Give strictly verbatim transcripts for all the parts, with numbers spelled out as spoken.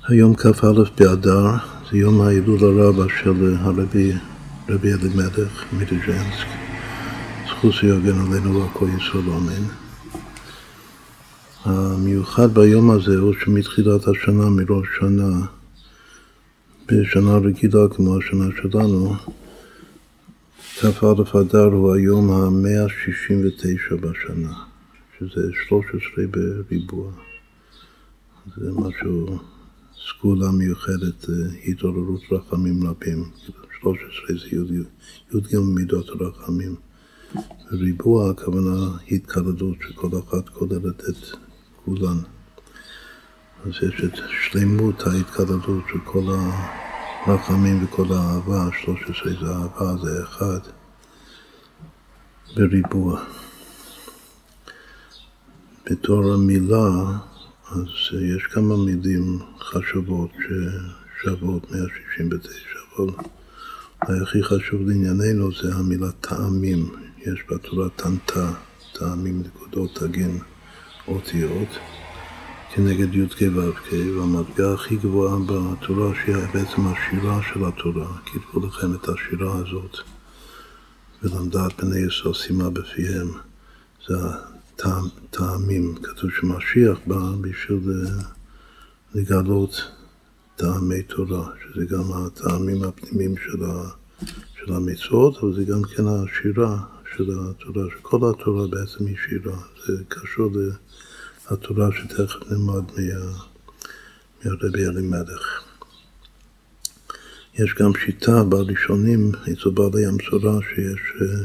היום כ"א באדר, זה יום ההילולה הרבה של הרבי רבי אלימלך מליז'נסק, זכות שיגן עלינו והכל ישראל אמן. המיוחד ביום הזה הוא שמתחילת השנה, מראש שנה, בשנה רגילה כמו השנה שלנו, כ"א אדר הוא היום ה-מאה שישים ותשע בשנה, שזה שלוש עשרה בריבוע. זה משהו, סגולה מיוחדת, התעוררות רחמים רבים. שלוש עשרה זה י"ג מידות רחמים. ריבוע הכוונה התקלדות שכל אחת כוללת את כולן. אז יש את שלמות ההתקלדות של כל הרחמים וכל האהבה. שלוש עשרה זה אהבה, זה אחד בריבוע. בתור המילה, אז יש כמה מילים חשובות ששוות מאה שישים ותשע, אבל הכי חשוב לענייננו זה המילה טעמים. יש בתורה תנתה, טעמים, נקודות, תגין, אותיות, כנגד י' כ' ו' כ', והמדרגה הכי גבוהה בתורה שהיא בעצם השירה של התורה. כתבו לכם את השירה הזאת, ולמדת בני ישראל שימה בפיהם. זה טעם, טעמים. כתוב שמשיח בא בשביל לגלות טעמי תורה, שזה גם הטעמים הפנימיים של, ה, של המצוות, אבל זה גם כן השירה של התורה, שכל התורה בעצם היא שירה. זה קשור לתורה שתכף נלמד מה, מהרבי אלימלך. יש גם שיטה בראשונים, אצל בעלי המסורה, שיש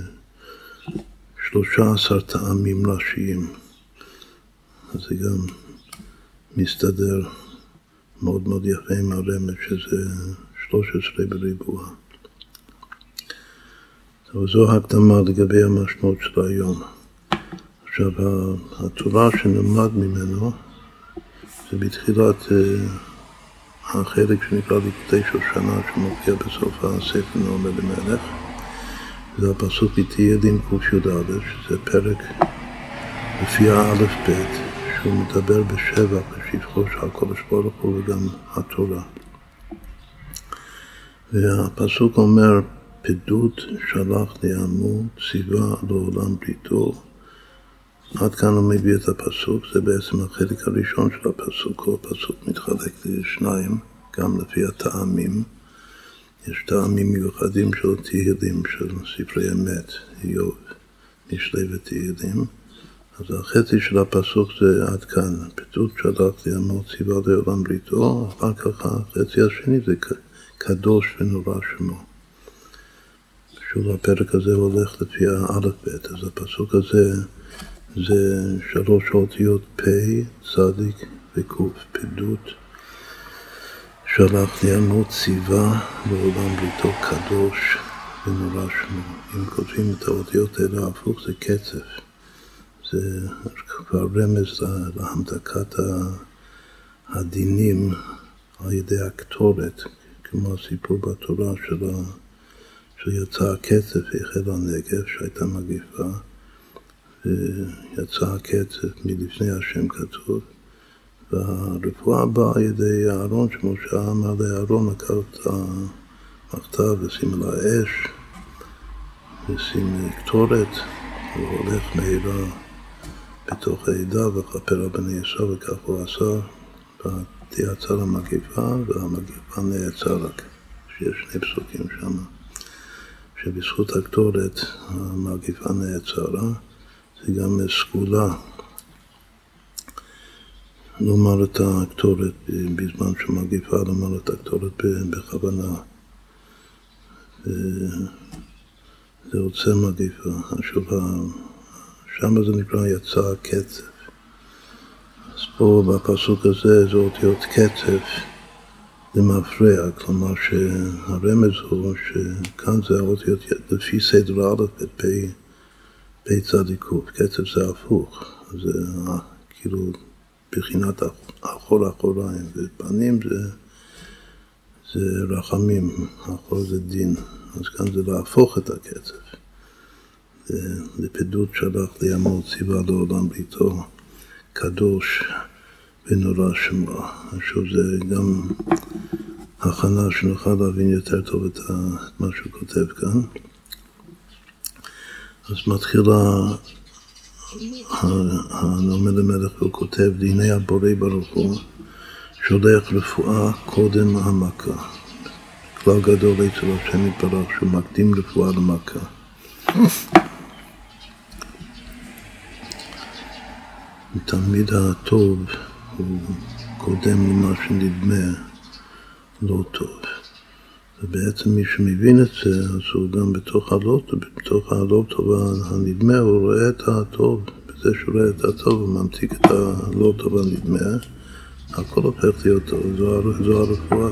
שלושה עשר טעמים ראשיים. אז זה גם מסתדר מאוד מאוד יפה עם הרמז, שזה שלוש עשרה בריבוע. זו הקדמה לגבי המשמעות של היום. עכשיו, התורה שנלמד ממנו, זה בתחילת החלק שנקרא ליקוטי שושנה, שמופיע בסוף הספר נאום אלימלך. זה הפסוק בתהילים ק"יא, שזה פרק לפי האלף בית, שהוא מדבר בשבח ושבחו של הקדוש ברוך הוא וגם התורה. והפסוק אומר, פדות שלח לי עמו, ציווה לעולם בריתו. עד כאן הוא מביא את הפסוק, זה בעצם החלק הראשון של הפסוק, כל פסוק מתחלק לשניים, גם לפי הטעמים. יש טעמים מיוחדים של תהילים, של ספרי אמת, איוב, משלי ותהילים. אז החצי של הפסוק זה עד כאן, פדות שלח לי עמו, ציווה לעולם בריתו. אחר כך החצי השני זה קדוש ונורא שמו. שוב הפרק הזה הולך לפי האלף בית, אז הפסוק הזה זה שלוש אותיות פ', צדיק וקוף, פדות שלח לי עמו, ציווה לעולם בריתו, קדוש ונורא שמו. אם כותבים את האותיות האלה הפוך זה קצף. זה כבר רמז להמתקת הדינים על ידי הקטורת, כמו הסיפור בתורה של שיצא הקצף והחל הנגב, שהייתה מגיפה, ויצא הקצף מלפני השם כתוב, והרפואה באה על ידי אהרון, שמשה אמר לאהרון לקח את המכתב ושים על האש, ושים קטורת, הוא הולך מהירה בתוך העדה וכפר על בני ישראל, וכך הוא עשה, ותיעצר המגיפה, והמגיפה נעצר רק, שיש שני פסוקים שם. שבזכות הקטורת המגיפה נעצרה, זה גם סגולה לומר את הקטורת בזמן שמגיפה, לומר את הקטורת בכוונה. זה עוצר מגיפה. שם זה נקרא יצא קצף. אז פה בפסוק הזה זה אותיות קצף, זה מפריע, כלומר שהרמז הוא שכאן זה האותיות לפי סדר א' בפ' צדיקות, קצב זה הפוך, זה כאילו בחינת אחור אחוריים, ופנים זה, זה רחמים, אחור זה דין, אז כאן זה להפוך את הקצב. לפדות שלח לי עמו, ציווה לעולם בריתו, קדוש ונורא שמו. עכשיו זה גם הכנה שנוכל להבין יותר טוב את מה שהוא כותב כאן. אז מתחילה הנאמן למלך והוא כותב, דיני הבורא ברוך הוא שולח רפואה קודם המכה. כלל גדול אצל השם יתברך שהוא מקדים רפואה למכה. תמיד הטוב הוא קודם למה שנדמה לא טוב. ובעצם מי שמבין את זה, אז הוא גם בתוך הלא טוב, בתוך הלא טוב הנדמה, הוא רואה את הטוב. בזה שהוא רואה את הטוב, הוא ממציק את הלא טוב הנדמה, הכל הופך להיות טוב, זו, זו הרפואה.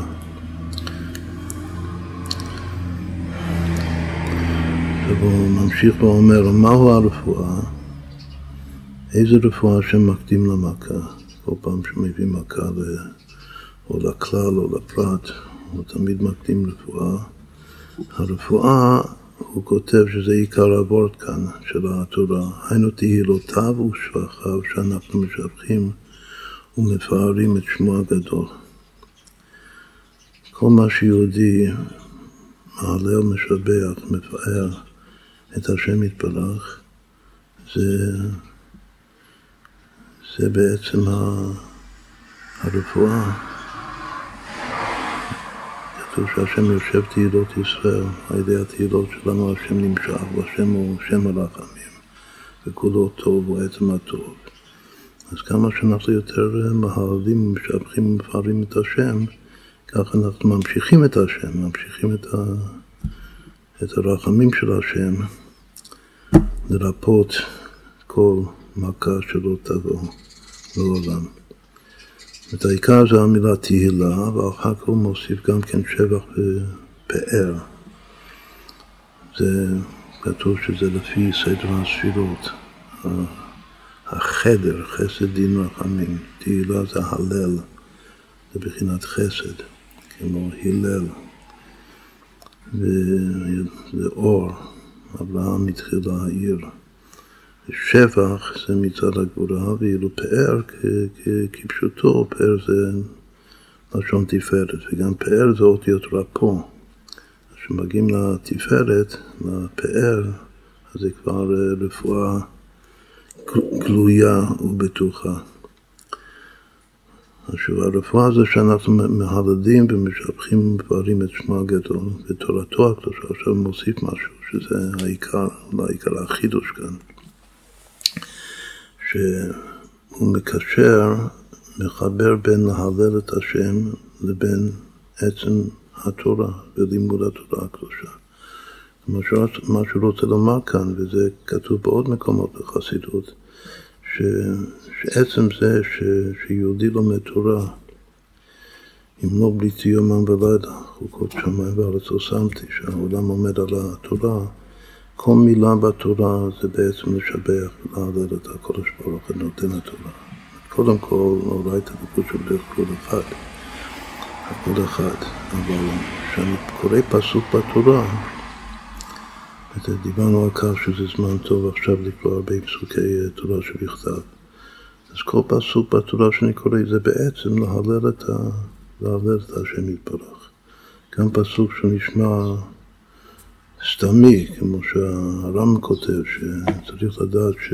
והוא ממשיך ואומר, מהו הרפואה? איזה רפואה שמקדים למכה? כל פעם שמביא מכה או לכלל או לפרט, הוא תמיד מקדים רפואה. הרפואה, הוא כותב שזה עיקר הוורד כאן של התורה. היינו תהילותיו ושבחיו שאנחנו משבחים ומפארים את שמו הגדול. כל מה שיהודי מעלה ומשבח, מפאר את השם יתברך, זה, זה בעצם הרפואה. כתוב שהשם יושב תהילות ישראל, על ידי התהילות שלנו השם נמשך, והשם הוא שם הרחמים, וכולו טוב, הוא עצם הטוב. אז כמה שאנחנו יותר מהללים ומשבחים ומפארים את השם, ככה אנחנו ממשיכים את השם, ממשיכים את, ה... את הרחמים של השם, לרפות כל מכה שלא תבוא לעולם. את העיקר זה המילה תהילה, ואחר כך הוא מוסיף גם כן שבח ופאר. זה כתוב שזה לפי סדר הספירות. החדר, חסד דין רחמים. תהילה זה הלל, זה בחינת חסד, כמו הלל. וזה אור, אברהם מתחילה העיר. שבח זה מצד הגבורה, ואילו פאר כפשוטו, פאר זה לשון תפארת, וגם פאר זה אותיות רפו. כשמגיעים לתפארת, לפאר, אז זה כבר רפואה גלויה ובטוחה. עכשיו, הרפואה זה שאנחנו מהללים ומשבחים ומפארים את שמו הגדול, ותורתו הקדושה. עכשיו מוסיף משהו, שזה העיקר, העיקר החידוש כאן. שהוא מקשר, מחבר בין להלל את השם לבין עצם התורה ולימוד התורה הקדושה. מה שהוא רוצה לומר כאן, וזה כתוב בעוד מקומות בחסידות, ש, שעצם זה ש, שיהודי לומד תורה, אם לא בלי תיומן ולילה, חוקות שמיים וארצו שמתי, שהעולם עומד על התורה, כל מילה בתורה זה בעצם לשבח ולהלל את הקודש ברוך הוא נותן התורה. קודם כל, אורייתא דקודשא בדרך כל אחד, הכל אחד, אבל כשאני קורא פסוק בתורה, דיברנו על כך שזה זמן טוב עכשיו לקרוא הרבה פסוקי תורה שבכתב. אז כל פסוק בתורה שאני קורא זה בעצם להלל את, ה... להלל את השם יתברך. גם פסוק שנשמע סתמי, כמו שהר"ם כותב, שצריך לדעת ש...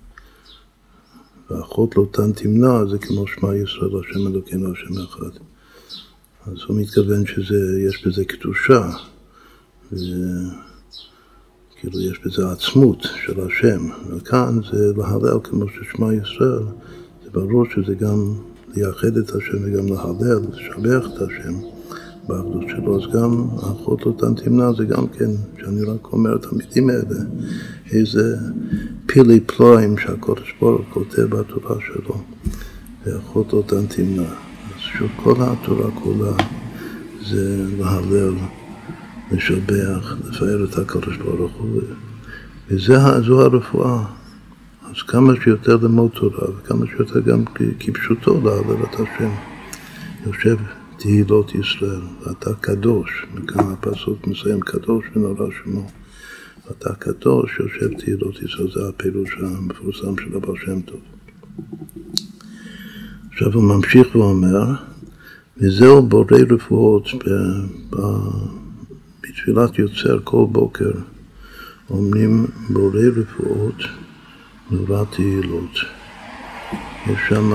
ואחות לא תן תמנע, זה כמו שמע ישראל, השם אלוקינו, השם אחד. אז הוא מתכוון שיש בזה קדושה, וכאילו יש בזה עצמות של השם. וכאן זה להלל כמו ששמע ישראל, זה ברור שזה גם לייחד את השם וגם להלל, לשבח את השם. באחדות שלו, אז גם האחות לא תן תמנע, זה גם כן, שאני רק אומר את המילים האלה, איזה פילי פלואים שהקודש ברוך הוא כותב בתורה שלו, והאחות לא תן תמנע. אז שוב, כל התורה כולה זה להלל, לשבח, לפאר את הקודש ברוך הוא, וזו הרפואה. אז כמה שיותר ללמוד תורה, וכמה שיותר גם כפשוטו להלל את השם. יושב תהילות ישראל, ואתה קדוש, וכאן הפסוק מסיים קדוש ונורא שמו, ואתה קדוש יושב תהילות ישראל, זה הפירוש המפורסם של הבעל שם טוב. עכשיו הוא ממשיך ואומר, וזהו בורא רפואות בתפילת יוצר כל בוקר, אומרים בורא רפואות נורא תהילות. יש שם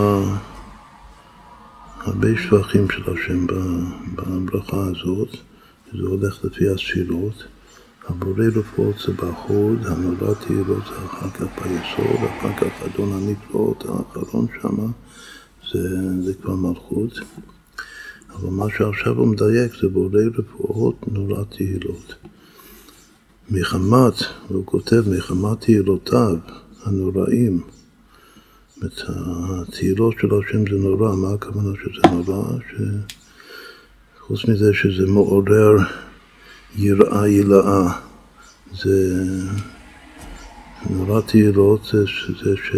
הרבה שבחים של השם בברכה הזאת, זה הולך לפי הספירות. הבורא רפואות זה בחוד, הנורא תהילות זה אחר כך ביסוד, אחר כך אדון הנפלאות, האחרון שם זה, זה כבר מלכות. אבל מה שעכשיו הוא מדייק זה בורא רפואות נורא תהילות. מחמת, הוא כותב, מחמת תהילותיו הנוראים, את התהילות של השם זה נורא. מה הכוונה שזה נורא? שחוץ מזה שזה מעורר יראה ילאה, זה נורא תהילות, זה, זה ש...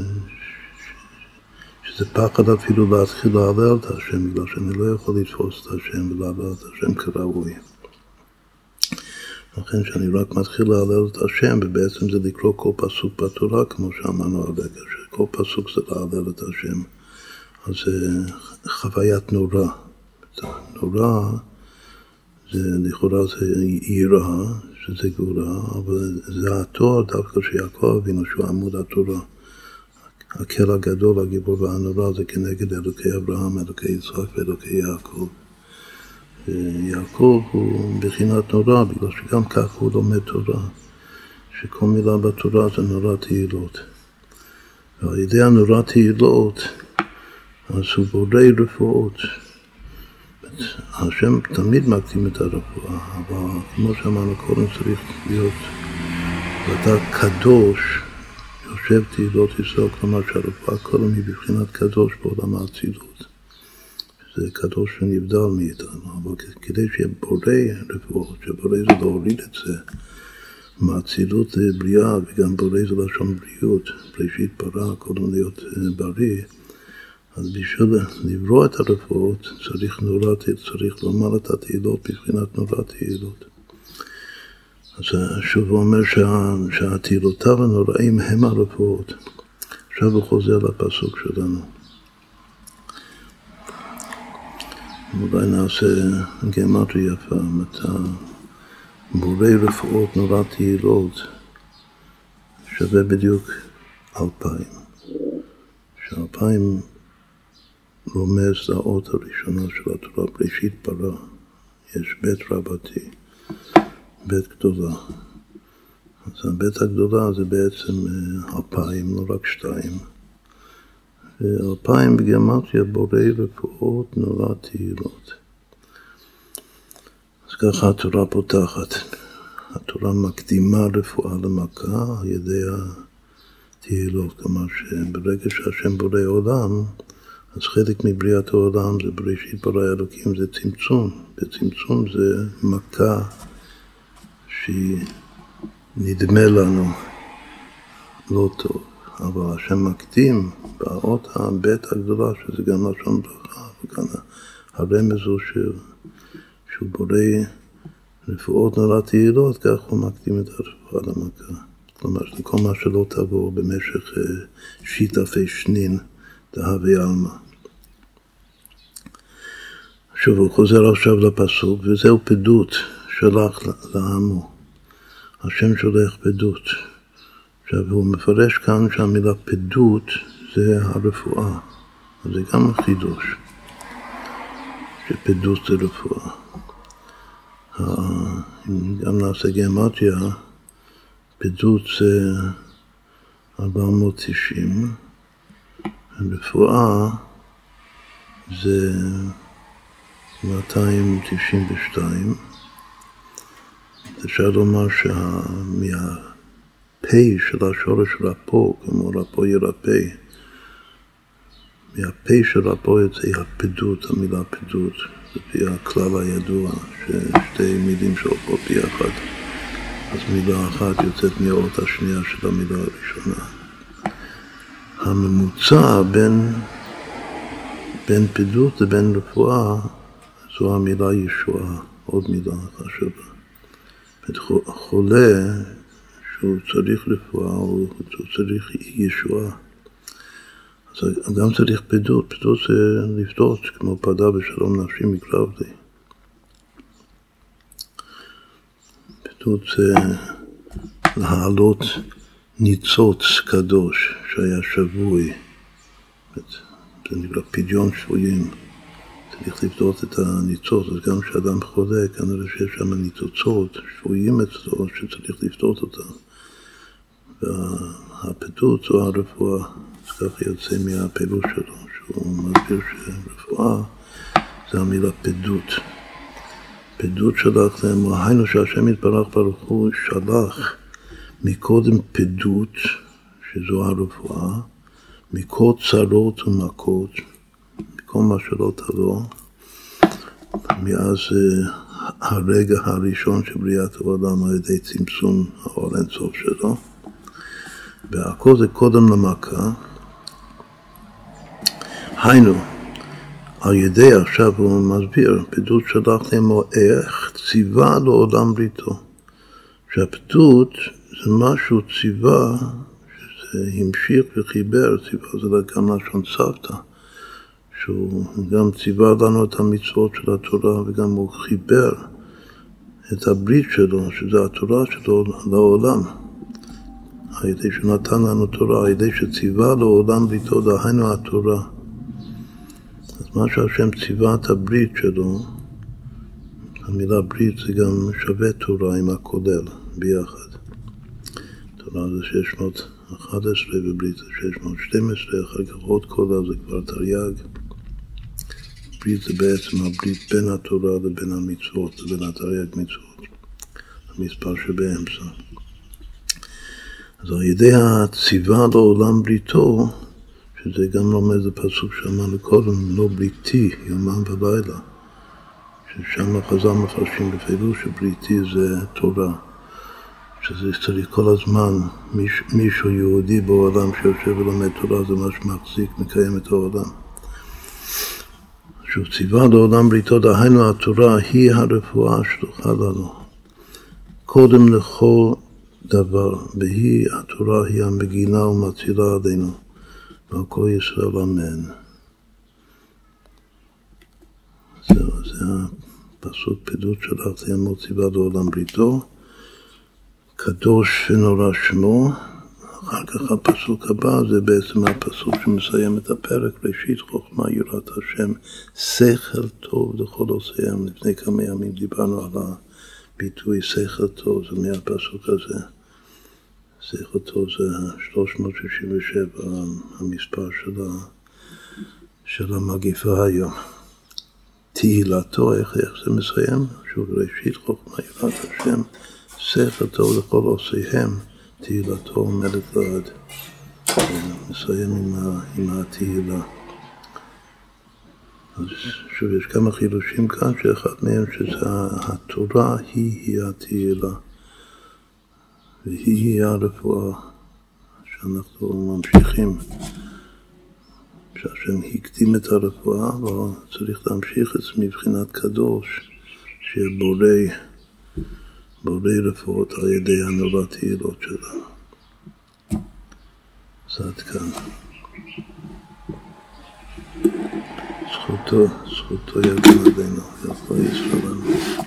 שזה פחד אפילו להתחיל להלל את השם, בגלל שאני לא יכול לתפוס את השם ולהלל את השם כראוי. לכן שאני רק מתחיל להלל את השם, ובעצם זה לקרוא כל פסוק בתורה, כמו שאמרנו הרגע, שכל פסוק זה להלל את השם. אז זה חוויית נורא. נורא, זה, לכאורה זה יראה, שזה גבורה, אבל זה התואר דווקא שיעקב אבינו, שהוא עמוד התורה. הקל הגדול, הגיבור והנורא, זה כנגד אלוקי אברהם, אלוקי יצחק ואלוקי יעקב. יעקב הוא בחינת נורא, בגלל שגם כך הוא לומד תורה, שכל מילה בתורה זה נורא תהילות. ועל ידי הנורא תהילות, אז הוא בורא רפואות. השם תמיד מקדים את הרפואה, אבל כמו שאמרנו קודם, צריך להיות ואתה קדוש, יושב תהילות ישראל, כלומר שהרפואה קודם היא בבחינת קדוש בעולם האצילות. זה קדוש שנבדל מאיתנו, אבל כדי שיהיה בורא רפואות, שבורא זה להוריד את זה, מהאצילות לבריאה, וגם בורא זה לשון בריאות, בראשית ברא, קודם להיות בריא, אז בשביל לברוא את הרפואות צריך נורא, צריך לומר את התהילות בבחינת נורא תהילות. אז שוב הוא אומר שה, שהתהילותיו הנוראים הם הרפואות. עכשיו הוא חוזר לפסוק שלנו. אולי נעשה גמטריה יפה, בורא רפואות נורא תהילות שווה בדיוק אלפיים. שאלפיים רומז לאות הראשונה של התורה, בראשית ברא. יש בית רבתי, בית גדולה. אז הבית הגדולה זה בעצם אלפיים, לא רק שתיים. אלפיים בגימטריה בורא רפואות נורא תהילות. אז ככה התורה פותחת. התורה מקדימה רפואה למכה על ידי התהילות. כלומר שברגע שהשם בורא עולם, אז חלק מבריאת העולם זה בראשית ברא אלוקים, זה צמצום. וצמצום זה מכה שהיא נדמה לנו לא טוב. אבל השם מקדים באות הבית הגדולה, שזה גם לשון ברכה, וכאן הרמז הוא שהוא בורא רפואות נורא תהילות, כך הוא מקדים את הרפואה למכה. כלומר, זה כל מה שלא תבוא במשך שיטפי שנין, דהבי אלמה. שוב, הוא חוזר עכשיו לפסוק, וזהו פדות שלח לעמו. השם שולח פדות. עכשיו, הוא מפרש כאן שהמילה פדות זה הרפואה. אז זה גם חידוש, שפדות זה רפואה. אם גם נעשה גמטריה, פדות זה ארבע מאות תשעים, רפואה זה מאתיים תשעים ושתיים. אפשר לומר שמה... פי של השורש רפו, כמו רפו ירפא, מהפי של רפו יוצא הפדות, המילה פדות, לפי הכלל הידוע, ששתי מילים שהולכות ביחד, אז מילה אחת יוצאת מהאות השנייה של המילה הראשונה. הממוצע בין, בין פדות לבין רפואה, זו המילה ישועה, עוד מילה חשובה. חולה, הוא צריך רפואה, הוא צריך ישועה. אז גם צריך פדות, פדות זה לפדות, כמו פדה בשלום נפשי מקרב לי. פדות זה להעלות ניצוץ קדוש שהיה שבוי, זה נקרא פדיון שבויים, צריך לפדות את הניצוץ, אז גם כשאדם חולה, כנראה שיש שם ניצוצות שבויים אצלו שצריך לפדות אותם. והפדות זו הרפואה, אז ככה יוצא מהפילוש שלו, שהוא מסביר שרפואה זה המילה פדות. פדות שלח להם, היינו שהשם יתברך ברוך הוא שלח מקודם פדות, שזו הרפואה, מכל צרות ומכות, מכל מה שלא תבוא, מאז הרגע הראשון של בריאת העולם על ידי צמצום האור אינסוף שלו, והכל זה קודם למכה. היינו, על ידי עכשיו הוא מסביר, פדות שלח להם איך ציווה לעולם בריתו. שהפדות זה משהו ציווה, שזה המשיך וחיבר, ציווה זה גם לשון סבתא, שהוא גם ציווה לנו את המצוות של התורה, וגם הוא חיבר את הברית שלו, שזה התורה שלו לעולם. על ידי שנתן לנו תורה, על ידי שציווה לעולם בריתו, דהיינו התורה. אז מה שהשם ציווה את הברית שלו, המילה ברית זה גם שווה תורה עם הכולל ביחד. תורה זה שש מאות ואחת עשרה וברית זה שש מאות ושתים עשרה, אחר כך עוד כולל זה כבר תרי"ג. ברית זה בעצם הברית בין התורה לבין המצוות, לבין התרי"ג מצוות, המספר שבאמצע. אז על ידי הציווה לעולם בריתו, שזה גם לומד הפסוק שאמרנו קודם, לא בריתי, יומם ולילה, ששם חז"ל מפרשים בפירוש שבריתי זה תורה, שזה צריך כל הזמן מישהו, מישהו יהודי בעולם שיושב ולומד תורה, זה מה שמחזיק, מקיים את העולם. שהוא ציווה לעולם בריתו, דהיינו התורה היא הרפואה שלוחה לנו. קודם לכל דבר, והיא התורה היא המגינה ומצילה עלינו, ועל כל ישראל אמן. זהו, זה הפסוק פדות שלח להם ציווה לעולם בריתו, קדוש ונורא שמו. אחר כך הפסוק הבא זה בעצם הפסוק שמסיים את הפרק, ראשית חוכמה יראת השם, שכל טוב לכל עושיהם. לפני כמה ימים דיברנו על הביטוי שכל טוב, זה מהפסוק הזה. שכל טוב זה שלוש מאות שישים ושבע, המספר של, ה, של המגיפה היום. תהילתו, איך, איך זה מסיים? שוב, ראשית חוכמה יראת השם, שכל טוב לכל עושיהם, תהילתו עומדת לעד. מסיים עם, ה, עם התהילה. אז שוב, יש כמה חילושים כאן, שאחד מהם שזה התורה היא היא התהילה. והיא היא הרפואה שאנחנו ממשיכים. שהשם הקדים את הרפואה, אבל צריך להמשיך את מבחינת קדוש, שיהיה בורא, בורא רפואות על ידי הנורא תהילות שלנו. אז עד כאן. זכותו, זכותו יגן עלינו, יבוא ישראל לנו.